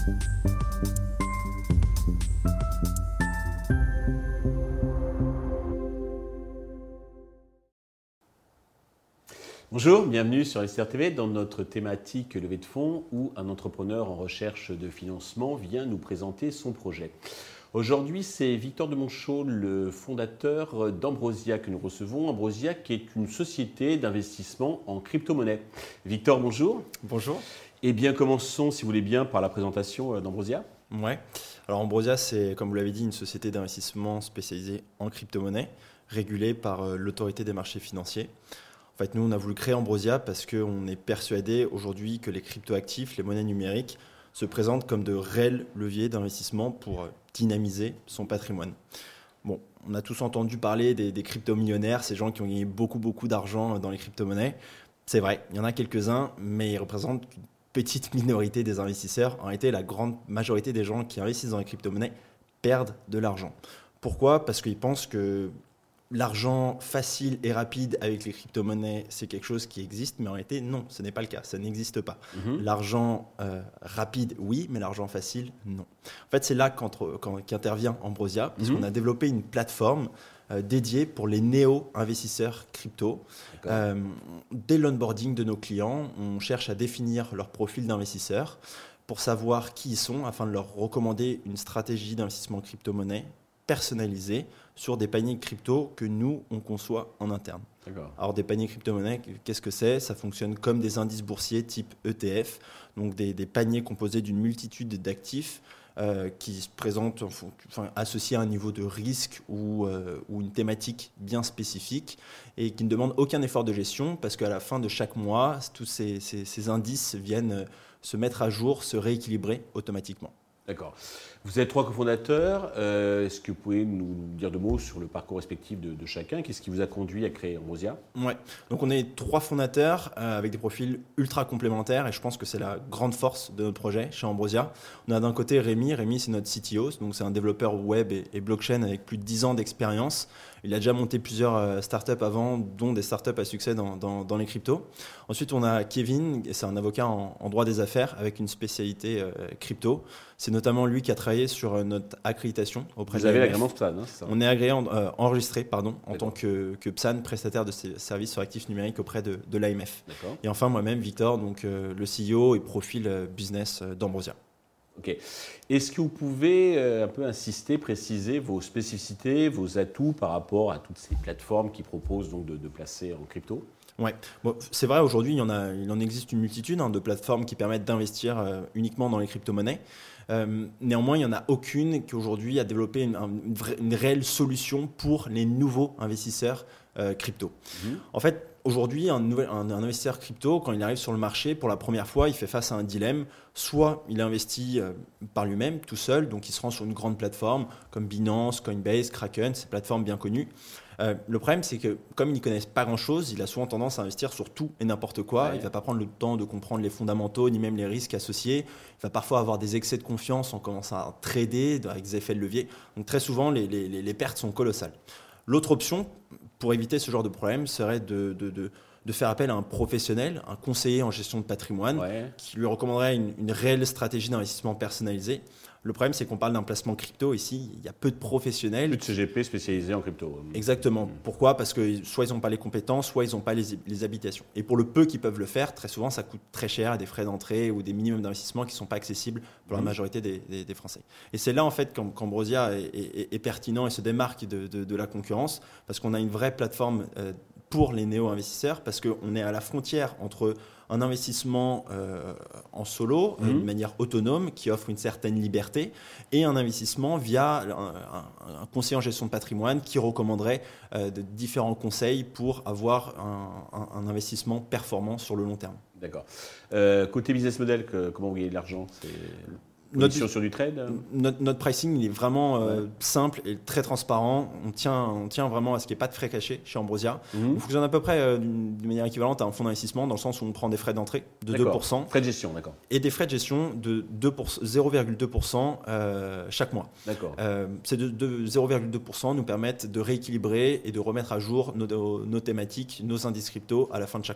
Bonjour, bienvenue sur Investir TV dans notre thématique levée de fonds où un entrepreneur en recherche de financement vient nous présenter son projet. Aujourd'hui, c'est Victor de Monchaux, le fondateur d'Ambrosia que nous recevons. Ambrosia qui est une société d'investissement en crypto-monnaie. Victor, bonjour. Bonjour. Eh bien, commençons, si vous voulez bien, par la présentation d'Ambrosia. Ouais. Alors Ambrosia, c'est, comme vous l'avez dit, une société d'investissement spécialisée en crypto-monnaie, régulée par l'autorité des marchés financiers. En fait, nous, on a voulu créer Ambrosia parce qu'on est persuadé aujourd'hui que les cryptoactifs, les monnaies numériques, se présentent comme de réels leviers d'investissement pour dynamiser son patrimoine. Bon, on a tous entendu parler des crypto-millionnaires, ces gens qui ont gagné beaucoup d'argent dans les crypto-monnaies. C'est vrai, il y en a quelques-uns, mais ils représentent une petite minorité des investisseurs. En réalité, la grande majorité des gens qui investissent dans les crypto-monnaies perdent de l'argent. Pourquoi ? Parce qu'ils pensent que l'argent facile et rapide avec les crypto-monnaies, c'est quelque chose qui existe, mais en réalité, non, ce n'est pas le cas, ça n'existe pas. L'argent rapide, oui, mais l'argent facile, non. En fait, c'est là qu'intervient Ambrosia, puisqu'on a développé une plateforme dédiée pour les néo-investisseurs crypto. Dès l'onboarding de nos clients, on cherche à définir leur profil d'investisseur pour savoir qui ils sont, afin de leur recommander une stratégie d'investissement crypto-monnaie personnalisés sur des paniers crypto que nous, on conçoit en interne. D'accord. Alors, des paniers crypto-monnaies, qu'est-ce que c'est ? Ça fonctionne comme des indices boursiers type ETF, donc des paniers composés d'une multitude d'actifs qui se présentent associés à un niveau de risque ou une thématique bien spécifique et qui ne demandent aucun effort de gestion parce qu'à la fin de chaque mois, tous ces indices viennent se mettre à jour, se rééquilibrer automatiquement. D'accord. Vous êtes 3 cofondateurs. Est-ce que vous pouvez nous dire 2 mots sur le parcours respectif de chacun ? Qu'est-ce qui vous a conduit à créer Ambrosia ? Ouais. Donc on est 3 fondateurs avec des profils ultra complémentaires et je pense que c'est la grande force de notre projet chez Ambrosia. On a d'un côté Rémi. Rémi, c'est notre CTO, donc c'est un développeur web et blockchain avec plus de 10 ans d'expérience. Il a déjà monté plusieurs startups avant, dont des startups à succès dans les cryptos. Ensuite, on a Kevin, c'est un avocat en droit des affaires avec une spécialité crypto. C'est notamment lui qui a travaillé sur notre accréditation auprès de l'AMF. Vous avez l'agrément PSAN, c'est ça ? On est agréé enregistré en tant que PSAN, prestataire de services sur actifs numériques auprès de l'AMF. D'accord. Et enfin, moi-même, Victor, donc, le CEO et profil business d'Ambrosia. Ok. Est-ce que vous pouvez un peu insister, préciser vos spécificités, vos atouts par rapport à toutes ces plateformes qui proposent donc de placer en crypto ? Ouais. Bon, c'est vrai, aujourd'hui, il en existe une multitude de plateformes qui permettent d'investir uniquement dans les crypto-monnaies. Néanmoins, il n'y en a aucune qui aujourd'hui a développé une réelle solution pour les nouveaux investisseurs crypto. En fait, aujourd'hui, un investisseur crypto, quand il arrive sur le marché pour la première fois, il fait face à un dilemme. Soit il investit par lui-même, tout seul, donc il se rend sur une grande plateforme comme Binance, Coinbase, Kraken, ces plateformes bien connues. Le problème, c'est que comme ils n'y connaissent pas grand-chose, il a souvent tendance à investir sur tout et n'importe quoi. Il ne va pas prendre le temps de comprendre les fondamentaux, ni même les risques associés. Il va parfois avoir des excès de confiance en commençant à trader avec des effets de levier. Donc très souvent, les pertes sont colossales. L'autre option, pour éviter ce genre de problème, serait de faire appel à un professionnel, un conseiller en gestion de patrimoine, qui lui recommanderait une réelle stratégie d'investissement personnalisée. Le problème, c'est qu'on parle d'un placement crypto. Ici, il y a peu de professionnels. Plus de CGP spécialisés en crypto. Exactement. Pourquoi ? Parce que soit ils n'ont pas les compétences, soit ils n'ont pas les habilitations. Et pour le peu qu'ils peuvent le faire, très souvent, ça coûte très cher, des frais d'entrée ou des minimums d'investissement qui ne sont pas accessibles pour la majorité des Français. Et c'est là, en fait, qu'Ambrosia est pertinent et se démarque de la concurrence, parce qu'on a une vraie plateforme pour les néo-investisseurs, parce qu'on est à la frontière entre un investissement en solo, d'une manière autonome, qui offre une certaine liberté, et un investissement via un conseiller en gestion de patrimoine qui recommanderait de différents conseils pour avoir un investissement performant sur le long terme. D'accord. Côté business model, comment vous gagnez de l'argent ? Sur du trade ? Notre pricing, il est vraiment simple et très transparent. On tient vraiment à ce qu'il n'y ait pas de frais cachés chez Ambrosia. On fonctionne à peu près d'une manière équivalente à un fonds d'investissement, dans le sens où on prend des frais d'entrée de 2%. Frais de gestion, d'accord. Et des frais de gestion de 0,2% chaque mois. D'accord. Ces 0,2% nous permettent de rééquilibrer et de remettre à jour nos thématiques, nos indices crypto à la fin de chaque mois.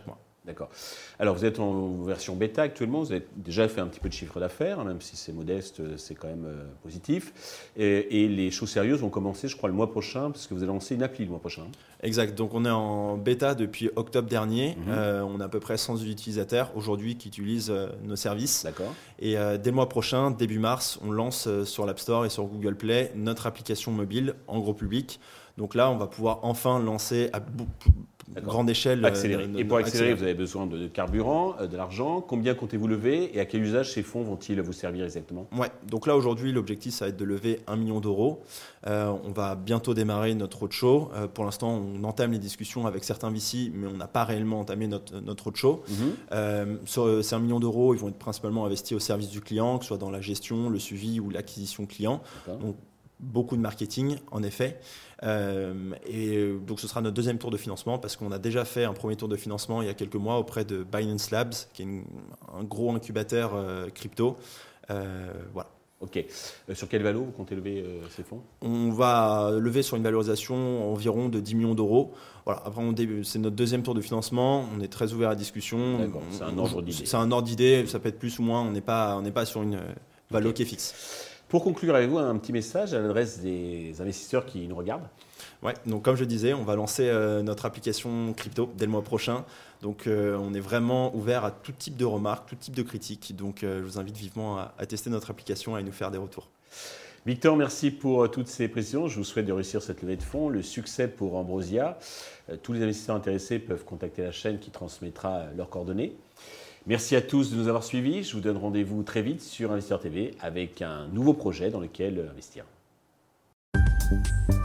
D'accord. Alors, vous êtes en version bêta actuellement, vous avez déjà fait un petit peu de chiffre d'affaires, hein, même si c'est modeste, c'est quand même positif. Et les choses sérieuses vont commencer, je crois, le mois prochain, parce que vous allez lancer une appli le mois prochain. Exact. Donc, on est en bêta depuis octobre dernier. On a à peu près 100 utilisateurs aujourd'hui qui utilisent nos services. D'accord. Et dès le mois prochain, début mars, on lance sur l'App Store et sur Google Play notre application mobile en gros public. Donc là, on va pouvoir enfin lancer à grande échelle. Accélérer. Et pour accélérer, vous avez besoin de carburant, de l'argent. Combien comptez-vous lever et à quel usage ces fonds vont-ils vous servir exactement? Ouais. Donc là, aujourd'hui, l'objectif, ça va être de lever 1 million d'euros. On va bientôt démarrer notre roadshow. Pour l'instant, on entame les discussions avec certains VC, mais on n'a pas réellement entamé notre roadshow. Sur ces 1 million d'euros, ils vont être principalement investis au service du client, que ce soit dans la gestion, le suivi ou l'acquisition client. Donc, beaucoup de marketing, en effet. Et donc, ce sera notre deuxième tour de financement parce qu'on a déjà fait un premier tour de financement il y a quelques mois auprès de Binance Labs, qui est un gros incubateur crypto. Voilà. Ok. Sur quelle valo vous comptez lever ces fonds? On va lever sur une valorisation environ de 10 millions d'euros. Voilà. Après, c'est notre deuxième tour de financement. On est très ouvert à la discussion. D'accord. C'est un ordre d'idée. C'est un ordre d'idée. Ça peut être plus ou moins. On n'est pas sur une valo qui est fixe. Pour conclure, avez-vous un petit message à l'adresse des investisseurs qui nous regardent? Ouais, donc comme je disais, on va lancer notre application crypto dès le mois prochain. Donc on est vraiment ouvert à tout type de remarques, tout type de critiques. Donc je vous invite vivement à tester notre application et à nous faire des retours. Victor, merci pour toutes ces précisions. Je vous souhaite de réussir cette levée de fonds, le succès pour Ambrosia. Tous les investisseurs intéressés peuvent contacter la chaîne qui transmettra leurs coordonnées. Merci à tous de nous avoir suivis. Je vous donne rendez-vous très vite sur Investisseur TV avec un nouveau projet dans lequel investir.